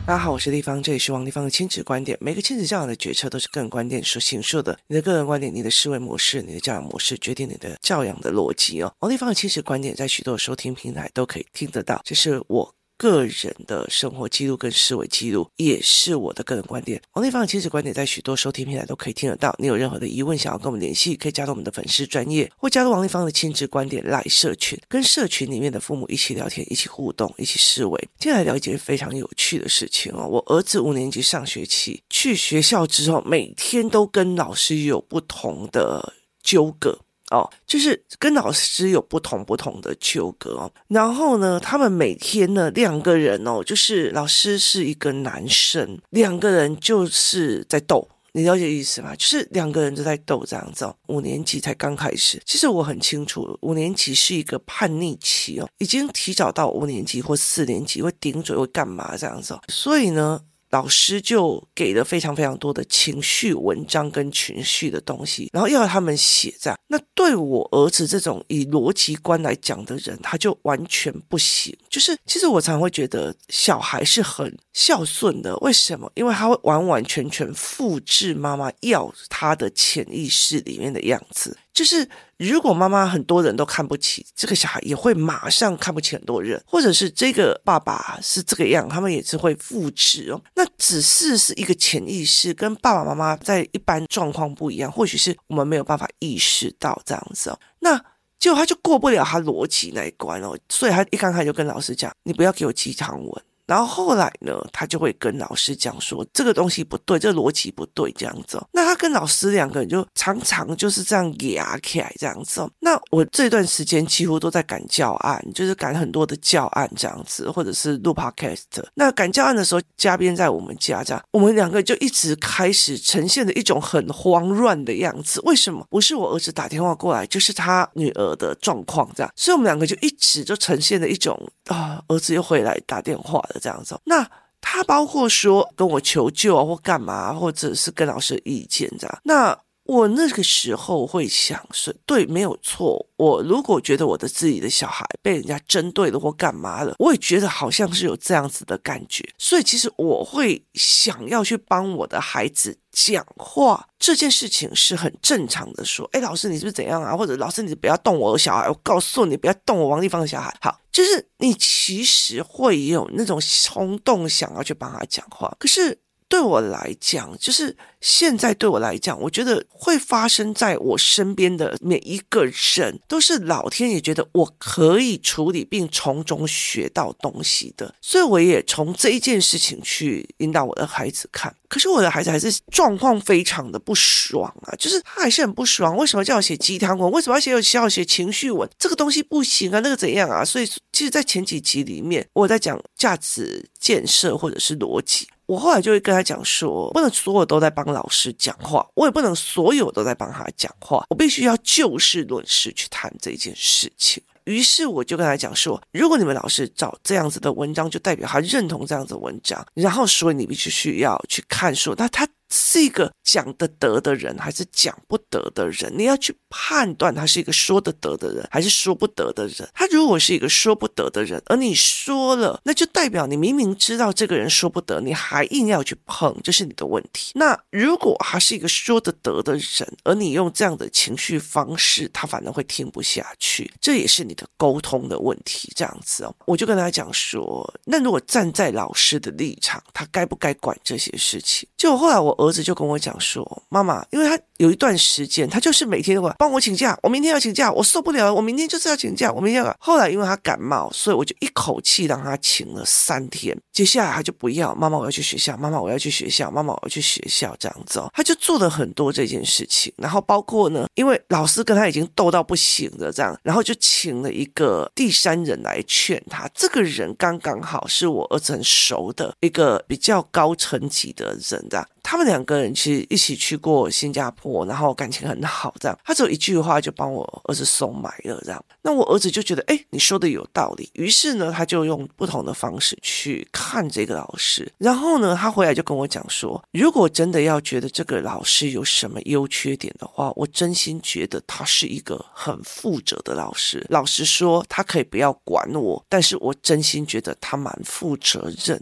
大家好，我是立方，这里是王立方的亲子观点。每个亲子教养的决策都是个人观点所形塑的，你的个人观点、你的思维模式、你的教养模式决定你的教养的逻辑哦。王立方的亲子观点在许多收听平台都可以听得到，这是我个人的生活记录跟思维记录，也是我的个人观点。王立方的亲子观点在许多收听平台都可以听得到。你有任何的疑问想要跟我们联系，可以加入我们的粉丝专页，或加入王立方的亲子观点赖社群，跟社群里面的父母一起聊天，一起互动，一起思维。接下来聊一件非常有趣的事情哦。我儿子5年级上学期去学校之后，每天都跟老师有不同的纠葛。就是跟老师有不同的纠葛哦。然后呢，他们每天呢2个人哦，就是老师是一个男生，2个人就是在斗。你了解意思吗？就是2个人都在斗这样子哦。5年级才刚开始，其实我很清楚，5年级是一个叛逆期哦，已经提早到5年级或4年级会顶嘴会干嘛这样子哦。所以呢，老师就给了非常多的情绪文章跟情绪的东西，然后要他们写这样。那对我儿子这种以逻辑观来讲的人，他就完全不行。就是其实我常会觉得小孩是很孝顺的，为什么？因为他会完全复制妈妈要他的潜意识里面的样子。就是如果妈妈很多人都看不起，这个小孩也会马上看不起很多人，或者是这个爸爸是这个样，他们也是会复制哦。那只是一个潜意识，跟爸爸妈妈在一般状况不一样，或许是我们没有办法意识到这样子哦。那结果他就过不了他逻辑那一关哦，所以他一刚开始就跟老师讲，你不要给我鸡汤文。然后后来呢，他就会跟老师讲说这个东西不对，这个逻辑不对这样子哦。那他跟老师2个人就常常就是这样压起来这样子哦。那我这段时间几乎都在赶教案，就是赶很多的教案这样子，或者是录 podcast。那赶教案的时候，嘉宾在我们家这样，我们2个就一直开始呈现的一种很慌乱的样子。为什么？不是我儿子打电话过来，就是他女儿的状况这样，所以我们2个就一直就呈现了一种儿子又回来打电话了这样子。那他包括说跟我求救啊，或干嘛，或者是跟老师的意见这样。那我那个时候会想说，对，没有错。我如果觉得我的自己的小孩被人家针对了或干嘛了，我也觉得好像是有这样子的感觉。所以其实我会想要去帮我的孩子讲话，这件事情是很正常的说，老师你是不是怎样啊？或者老师你不要动我的小孩，我告诉你不要动我王立方的小孩。好，就是你其实会有那种冲动想要去帮他讲话，可是对我来讲，就是现在对我来讲，我觉得会发生在我身边的每一个人，都是老天爷觉得我可以处理并从中学到东西的，所以我也从这一件事情去引导我的孩子看。可是我的孩子还是状况非常的不爽啊，就是他还是很不爽，为什么叫我写鸡汤文？为什么要写情绪文？这个东西不行啊，那个怎样啊？所以其实在前几集里面，我在讲价值建设或者是逻辑，我后来就会跟他讲说，不能所有都在帮老师讲话，我也不能所有都在帮他讲话，我必须要就事论事去谈这件事情。于是我就跟他讲说，如果你们老师找这样子的文章，就代表他认同这样子的文章，然后所以你必须要去看说，那他是一个讲得得的人还是讲不得的人，你要去判断他是一个说得得的人还是说不得的人。他如果是一个说不得的人，而你说了，那就代表你明明知道这个人说不得，你还硬要去碰，这是你的问题。那如果他是一个说得得的人，而你用这样的情绪方式，他反而会听不下去，这也是你的沟通的问题这样子哦。我就跟他讲说，那如果站在老师的立场，他该不该管这些事情？就后来我儿子就跟我讲说，妈妈，因为他有一段时间他就是每天都会帮我请假，我明天要请假，我受不了了，我明天就是要请假，我明天要。后来因为他感冒，所以我就一口气让他请了3天，接下来他就不要，妈妈我要去学校，妈妈我要去学校，妈妈我要去学校这样子哦。他就做了很多这件事情，然后包括呢，因为老师跟他已经斗到不行了这样，然后就请了一个第3人来劝他，这个人刚刚好是我儿子很熟的一个比较高层级的人这样。他们2个人其实一起去过新加坡，然后感情很好这样。他只有一句话就帮我儿子收买了这样。那我儿子就觉得你说的有道理，于是呢他就用不同的方式去看这个老师。然后呢他回来就跟我讲说，如果真的要觉得这个老师有什么优缺点的话，我真心觉得他是一个很负责的老师。老实说他可以不要管我，但是我真心觉得他蛮负责任的。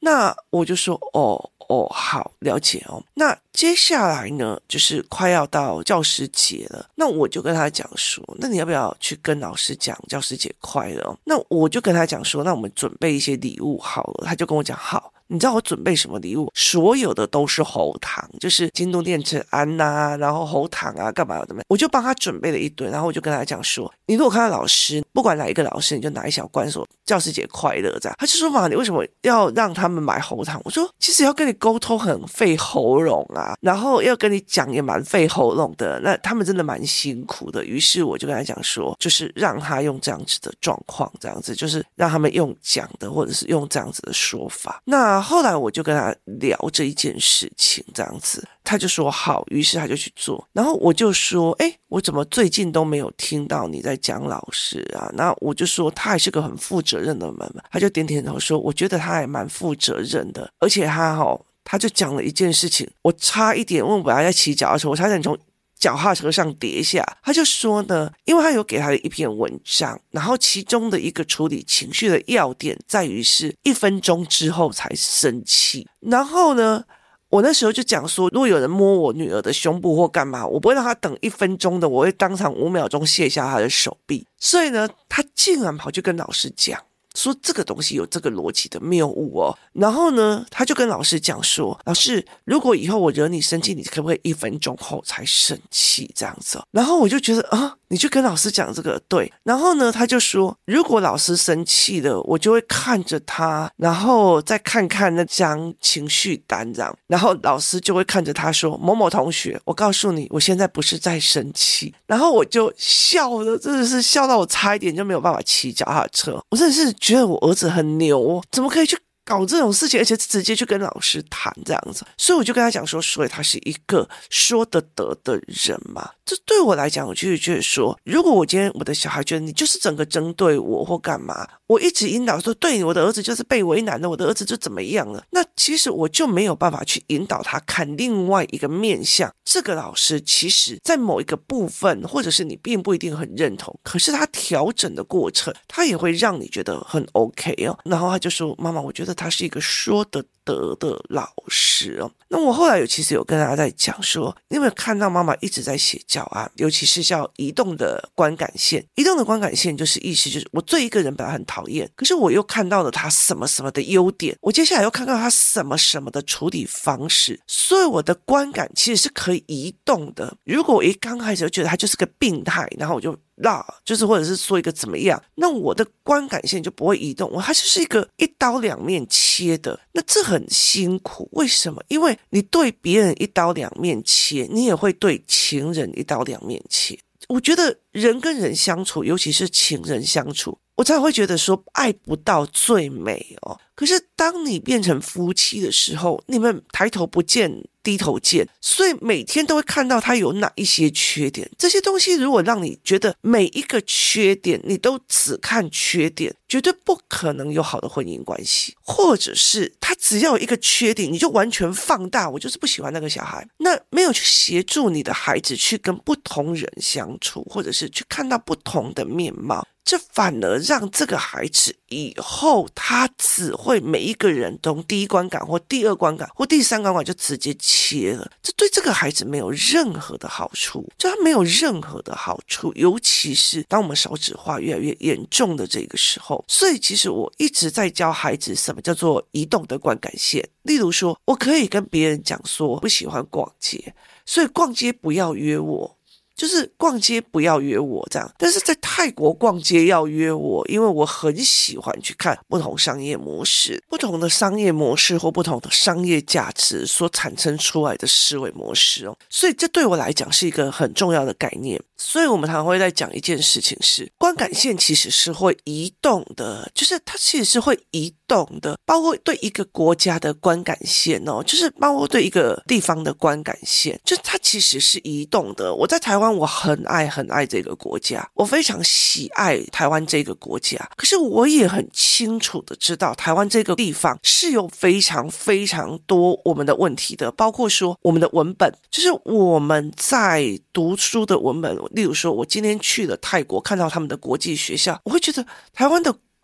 那我就说好，了解哦。那接下来呢，就是快要到教师节了，那我就跟他讲说，那你要不要去跟老师讲教师节快乐哦？那我就跟他讲说，那我们准备一些礼物好了。他就跟我讲好。你知道我准备什么礼物？所有的都是喉糖，就是京东电子安呐，然后喉糖啊，干嘛的？我就帮他准备了一堆，然后我就跟他讲说，你如果看到老师，不管哪一个老师，你就拿一小罐说教师节快乐这样。他就说嘛，你为什么要让他们买喉糖？我说其实要跟你沟通很费喉咙啊，然后要跟你讲也蛮费喉咙的，那他们真的蛮辛苦的。于是我就跟他讲说，就是让他用这样子的状况，这样子就是让他们用讲的，或者是用这样子的说法。那后来我就跟他聊这一件事情，这样子他就说好，于是他就去做。然后我就说我怎么最近都没有听到你在讲老师啊？那我就说他还是个很负责任的人，他就点点头说我觉得他还蛮负责任的，而且他就讲了一件事情，我差一点，因为我本来在骑脚踏车，我差点从脚踏车上跌下。他就说呢，因为他有给他的一篇文章，然后其中的一个处理情绪的要点在于是1分钟之后才生气。然后呢，我那时候就讲说，如果有人摸我女儿的胸部或干嘛，我不会让他等1分钟的，我会当场5秒钟卸下他的手臂。所以呢，他竟然跑去跟老师讲说这个东西有这个逻辑的谬误哦。然后呢，他就跟老师讲说，老师，如果以后我惹你生气，你可不可以1分钟后才生气这样子？然后我就觉得你去跟老师讲这个对。然后呢，他就说，如果老师生气了，我就会看着他，然后再看看那张情绪单这样，然后老师就会看着他说，某某同学，我告诉你，我现在不是在生气。然后我就笑了，真的是笑到我差一点就没有办法骑脚踏车。我真的是觉得我儿子很牛哦，怎么可以去搞这种事情，而且直接去跟老师谈这样子。所以我就跟他讲说，所以他是一个说得得的人嘛。这对我来讲，我就觉得说，如果我今天我的小孩觉得你就是整个针对我或干嘛，我一直引导说，对，我的儿子就是被为难了，我的儿子就怎么样了，那其实我就没有办法去引导他看另外一个面向。这个老师其实在某一个部分，或者是你并不一定很认同，可是他调整的过程，他也会让你觉得很 OK 哦。然后他就说，妈妈，我觉得他是一个说得得的老师哦。那我后来其实有跟大家在讲说，你有没有看到妈妈一直在写教案，尤其是叫移动的观感线。移动的观感线就是意思就是我对一个人本来很讨厌，可是我又看到了他什么什么的优点，我接下来又看到他什么什么的处理方式，所以我的观感其实是可以移动的。如果我一刚开始就觉得他就是个病态，然后我就就是或者是说一个怎么样，那我的观感线就不会移动，它就是一个一刀两面切的。那这很辛苦，为什么？因为你对别人一刀两面切，你也会对情人一刀两面切。我觉得人跟人相处，尤其是情人相处，我才会觉得说爱不到最美哦。可是当你变成夫妻的时候，你们抬头不见低头见，所以每天都会看到他有哪一些缺点。这些东西如果让你觉得每一个缺点你都只看缺点，绝对不可能有好的婚姻关系。或者是他只要有一个缺点，你就完全放大，我就是不喜欢那个小孩，那没有去协助你的孩子去跟不同人相处，或者是去看到不同的面貌，这反而让这个孩子以后他只会每一个人从第一观感或第二观感或第三观感就直接切了，这对这个孩子没有任何的好处，就他没有任何的好处，尤其是当我们少子化越来越严重的这个时候。所以其实我一直在教孩子什么叫做移动的观感线。例如说，我可以跟别人讲说不喜欢逛街，所以逛街不要约我，就是逛街不要约我这样。但是在泰国逛街要约我，因为我很喜欢去看不同商业模式，不同的商业模式或不同的商业价值所产生出来的思维模式哦。所以这对我来讲是一个很重要的概念。所以我们常常会在讲一件事情是，观感线其实是会移动的，就是它其实是会移动的，包括对一个国家的观感线哦，就是包括对一个地方的观感线，就它其实是移动的。我在台湾，我很爱这个国家，我非常喜爱台湾这个国家，可是我也很清楚的知道台湾这个地方是有非常非常多我们的问题的，包括说我们的文本，就是我们在读书的文本。例如说我今天去了泰国，看到他们的国际学校，我会觉得台湾的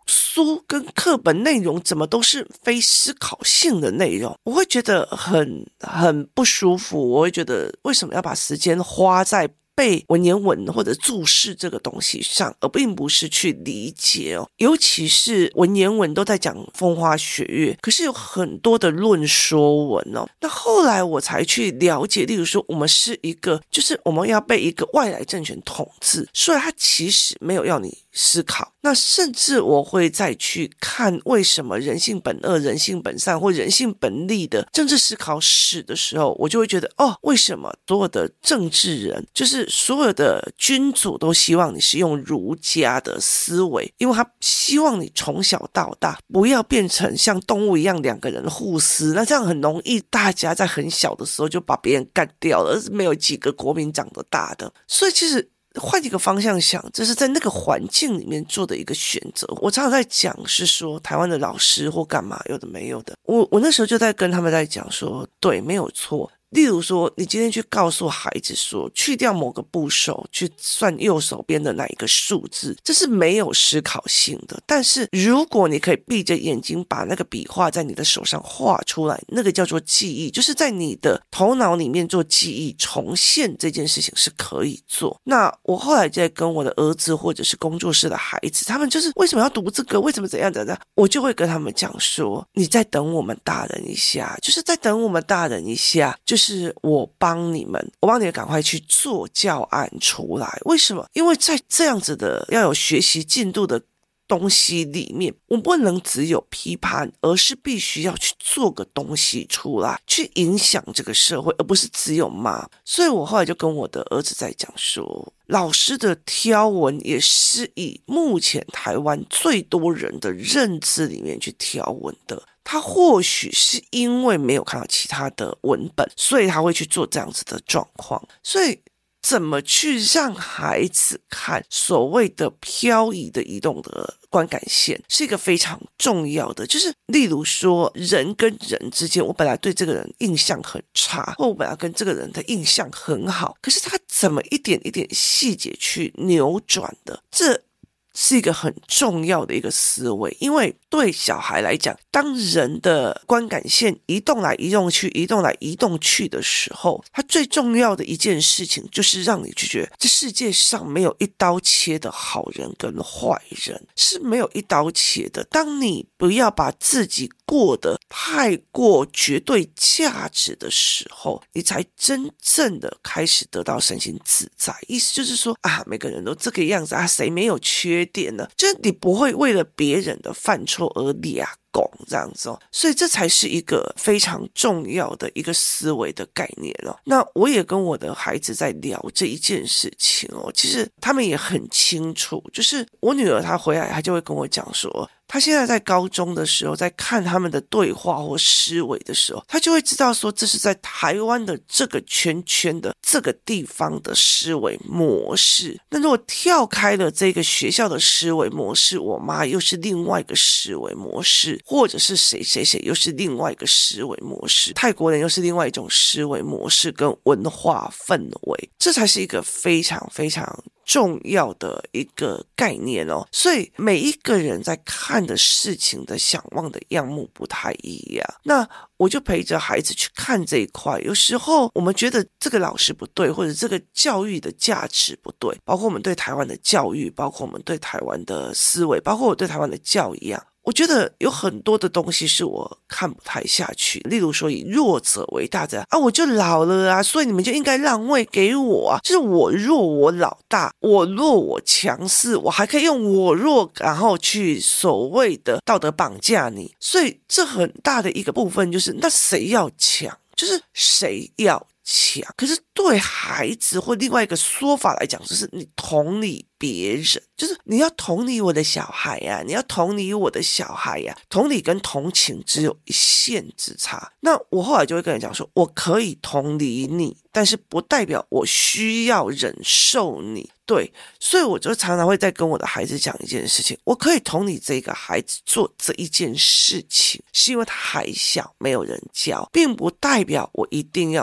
书跟课本内容怎么都是非思考性的内容，我会觉得很不舒服，我会觉得为什么要把时间花在背文言文或者注释这个东西上，而并不是去理解哦。尤其是文言文都在讲风花雪月，可是有很多的论说文哦。那后来我才去了解，例如说我们是一个，就是我们要被一个外来政权统治，所以他其实没有要你思考。那甚至我会再去看为什么人性本恶、人性本善或人性本利的政治思考史的时候，我就会觉得为什么所有的政治人，就是所有的君主都希望你是用儒家的思维，因为他希望你从小到大不要变成像动物一样两个人互撕，那这样很容易大家在很小的时候就把别人干掉了，没有几个国民长得大的。所以其实换一个方向想，这是在那个环境里面做的一个选择。我常常在讲是说台湾的老师或干嘛有的没有的，我那时候就在跟他们在讲说，对，没有错。例如说你今天去告诉孩子说去掉某个部首去算右手边的哪一个数字，这是没有思考性的。但是如果你可以闭着眼睛把那个笔画在你的手上画出来，那个叫做记忆，就是在你的头脑里面做记忆重现，这件事情是可以做。那我后来在跟我的儿子或者是工作室的孩子，他们就是为什么要读这个，为什么怎样怎样，我就会跟他们讲说，你再等我们大人一下，就是再等我们大人一下，就是我帮你们赶快去做教案出来。为什么？因为在这样子的要有学习进度的东西里面，我不能只有批判，而是必须要去做个东西出来，去影响这个社会，而不是只有骂。所以我后来就跟我的儿子在讲说，老师的挑文也是以目前台湾最多人的认知里面去挑文的。他或许是因为没有看到其他的文本，所以他会去做这样子的状况。所以怎么去让孩子看所谓的漂移的移动的观感线，是一个非常重要的。就是例如说人跟人之间，我本来对这个人印象很差，或我本来跟这个人的印象很好，可是他怎么一点一点细节去扭转的，这是一个很重要的一个思维。因为对小孩来讲，当人的观感线移动来移动去移动来移动去的时候，他最重要的一件事情就是让你去觉得这世界上没有一刀切的好人跟坏人，是没有一刀切的。当你不要把自己过得太过绝对价值的时候，你才真正的开始得到身心自在。意思就是说每个人都这个样子谁没有缺点呢？就是你不会为了别人的犯错而俩拱这样子所以这才是一个非常重要的一个思维的概念那我也跟我的孩子在聊这一件事情其实他们也很清楚，就是我女儿她回来，她就会跟我讲说，他现在在高中的时候，在看他们的对话或思维的时候，他就会知道说，这是在台湾的这个圈圈的这个地方的思维模式。那如果跳开了这个学校的思维模式，我妈又是另外一个思维模式，或者是谁谁谁又是另外一个思维模式，泰国人又是另外一种思维模式跟文化氛围，这才是一个非常非常重要的一个概念所以每一个人在看的事情的想望的样目不太一样，那我就陪着孩子去看这一块。有时候我们觉得这个老师不对，或者这个教育的价值不对，包括我们对台湾的教育，包括我们对台湾的思维，包括我对台湾的教一样，我觉得有很多的东西是我看不太下去。例如说以弱者为大者我就老了所以你们就应该让位给我就是我弱我老大，我弱我强势，我还可以用我弱然后去所谓的道德绑架你。所以这很大的一个部分就是那谁要强，就是谁要强。可是对孩子或另外一个说法来讲，就是你同理别人，就是你要同理我的小孩你要同理我的小孩同理跟同情只有一线之差。那我后来就会跟人讲说，我可以同理你，但是不代表我需要忍受你。对，所以我就常常会在跟我的孩子讲一件事情，我可以同理这个孩子做这一件事情，是因为他还小没有人教，并不代表我一定要去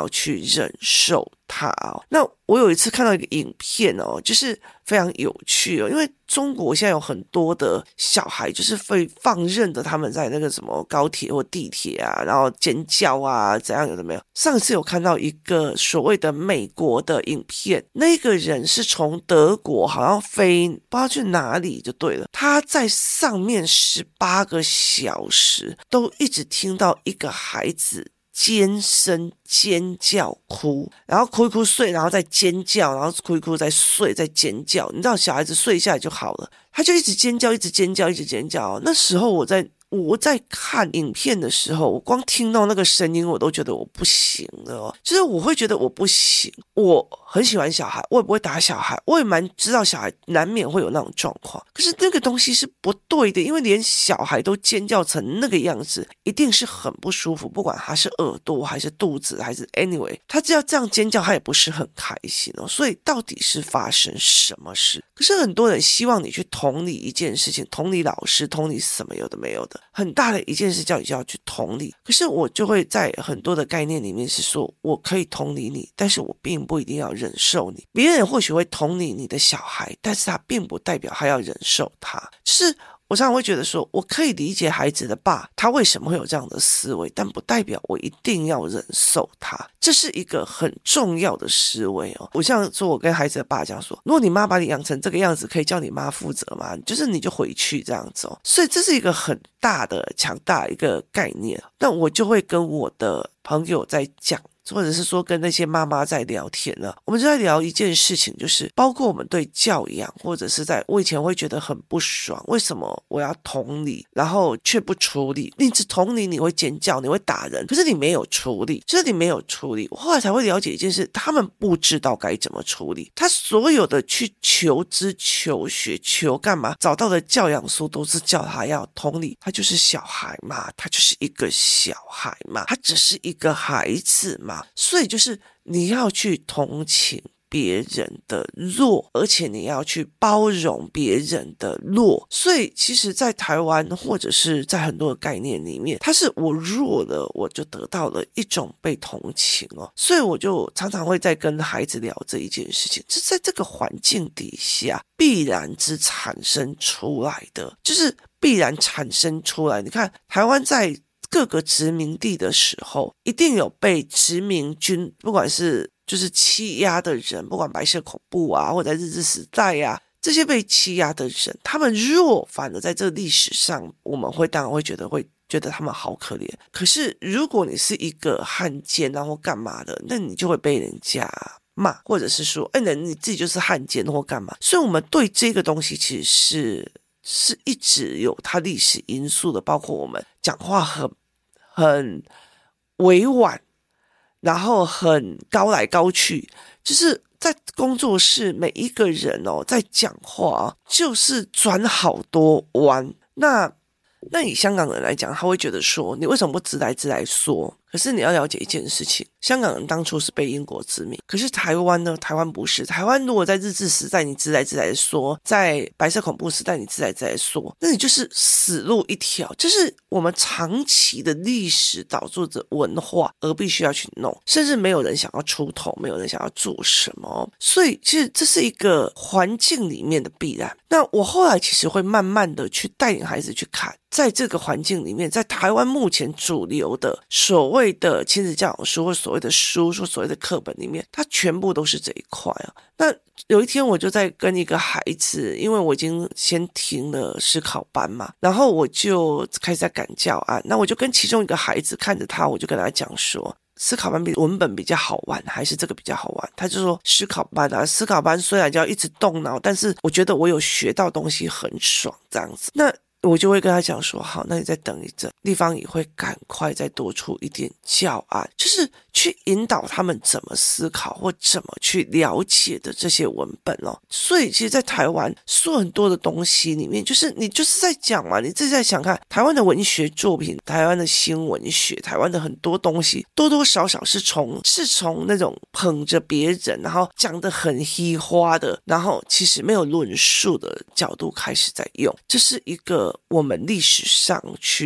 忍受它哦。那我有一次看到一个影片哦，就是非常有趣哦，因为中国现在有很多的小孩就是会放任的他们在那个什么高铁或地铁啊，然后尖叫啊怎样有的没有。上次有看到一个所谓的美国的影片，那个人是从德国好像飞不知道去哪里就对了，他在上面18个小时都一直听到一个孩子尖声尖叫哭，然后哭一哭睡，然后再尖叫，然后哭一哭再睡再尖叫。你知道小孩子睡下来就好了，他就一直尖叫一直尖叫一直尖叫。那时候我在看影片的时候，我光听到那个声音我都觉得我不行了哦，就是我会觉得我不行。我很喜欢小孩，我也不会打小孩，我也蛮知道小孩难免会有那种状况，可是那个东西是不对的，因为连小孩都尖叫成那个样子，一定是很不舒服，不管他是耳朵还是肚子还是 anyway， 他只要这样尖叫他也不是很开心哦。所以到底是发生什么事？可是很多人希望你去同理一件事情，同理老师，同理什么有的没有的，很大的一件事叫你就要去同理。可是我就会在很多的概念里面是说，我可以同理你，但是我并不一定要忍受你。别人或许会同理你的小孩，但是他并不代表他要忍受他。就是我常常会觉得说，我可以理解孩子的爸他为什么会有这样的思维，但不代表我一定要忍受他，这是一个很重要的思维哦。我像说我跟孩子的爸讲说，如果你妈把你养成这个样子，可以叫你妈负责吗？就是你就回去这样子哦。所以这是一个很大的强大一个概念，那我就会跟我的朋友在讲，或者是说跟那些妈妈在聊天了，我们就在聊一件事情，就是包括我们对教养，或者是我以前会觉得很不爽，为什么我要同理，然后却不处理？你只同理你会尖叫，你会打人，可是你没有处理，就是你没有处理。我后来才会了解一件事，他们不知道该怎么处理，他所有的去求知、求学、求干嘛，找到的教养书都是叫他要同理，他就是小孩嘛，他就是一个小孩嘛，他只是一个孩子嘛。所以就是你要去同情别人的弱，而且你要去包容别人的弱。所以其实在台湾或者是在很多的概念里面，它是我弱了我就得到了一种被同情哦。所以我就常常会在跟孩子聊这一件事情，是在这个环境底下必然之产生出来的，就是必然产生出来。你看台湾在各个殖民地的时候，一定有被殖民军，不管是就是欺压的人，不管白色恐怖啊，或者在日治时代啊，这些被欺压的人，他们弱，反而在这个历史上，我们当然会觉得他们好可怜。可是如果你是一个汉奸啊或干嘛的，那你就会被人家骂，或者是说，你自己就是汉奸或干嘛。所以我们对这个东西其实是一直有它历史因素的，包括我们讲话很委婉，然后很高来高去，就是在工作室每一个人哦，在讲话就是转好多弯。那以香港人来讲，他会觉得说，你为什么不直来说？可是你要了解一件事情，香港人当初是被英国殖民，可是台湾呢？台湾不是。台湾如果在日治时代你直来说，在白色恐怖时代你直来说，那你就是死路一条。就是我们长期的历史导致着文化，而必须要去弄，甚至没有人想要出头，没有人想要做什么。所以其实这是一个环境里面的必然。那我后来其实会慢慢的去带领孩子去看，在这个环境里面，在台湾目前主流的所谓的亲子教养书或所谓的书或所谓的课本里面，它全部都是这一块啊。那有一天我就在跟一个孩子，因为我已经先停了思考班嘛，然后我就开始在赶教案。那我就跟其中一个孩子看着他，我就跟他讲说，思考班比文本比较好玩还是这个比较好玩？他就说思考班啊，思考班虽然就要一直动脑，但是我觉得我有学到东西很爽这样子。那我就会跟他讲说，好，那你再等一阵，地方也会赶快再多出一点教案，就是去引导他们怎么思考或怎么去了解的这些文本哦。所以其实在台湾说很多的东西里面，就是你就是在讲嘛，你自己在想看台湾的文学作品，台湾的新文学，台湾的很多东西多多少少是从那种捧着别人，然后讲得很稀花的，然后其实没有论述的角度开始在用。这是一个我们历史上去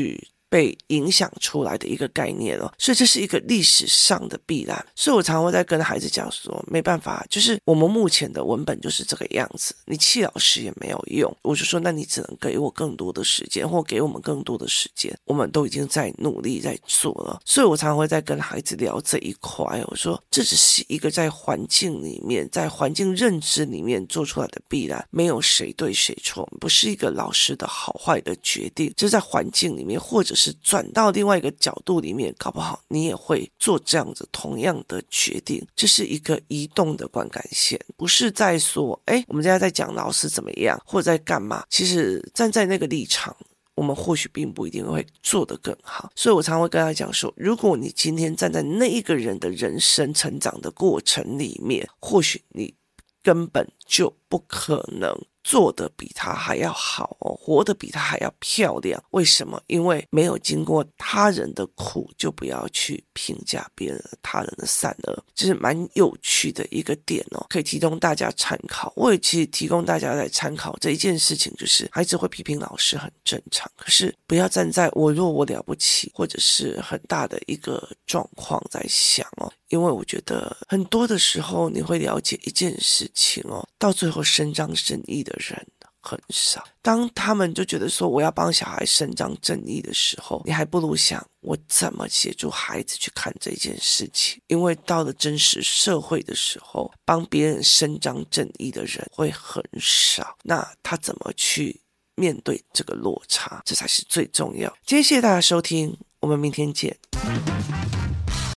被影响出来的一个概念了，所以这是一个历史上的必然。所以我常常会在跟孩子讲说，没办法，就是我们目前的文本就是这个样子，你气老师也没有用。我就说，那你只能给我更多的时间，或给我们更多的时间，我们都已经在努力在做了。所以我常常会在跟孩子聊这一块，我说这只是一个在环境里面，在环境认知里面做出来的必然，没有谁对谁错，不是一个老师的好坏的决定，这在环境里面，或者是转到另外一个角度里面，搞不好你也会做这样子同样的决定。这是一个移动的观感线，不是在说我们现在在讲老师怎么样或者在干嘛，其实站在那个立场，我们或许并不一定会做得更好。所以我常会跟他讲说，如果你今天站在那一个人的人生成长的过程里面，或许你根本就不可能做得比他还要好活得比他还要漂亮。为什么？因为没有经过他人的苦，就不要去评价别人他人的善恶。这是蛮有趣的一个点可以提供大家参考。我也其实提供大家来参考这一件事情，就是孩子会批评老师很正常，可是不要站在我弱我了不起或者是很大的一个状况在想因为我觉得很多的时候你会了解一件事情到最后伸张正义的人很少。当他们就觉得说我要帮小孩伸张正义的时候，你还不如想我怎么协助孩子去看这件事情。因为到了真实社会的时候，帮别人伸张正义的人会很少，那他怎么去面对这个落差，这才是最重要。今天谢谢大家收听，我们明天见。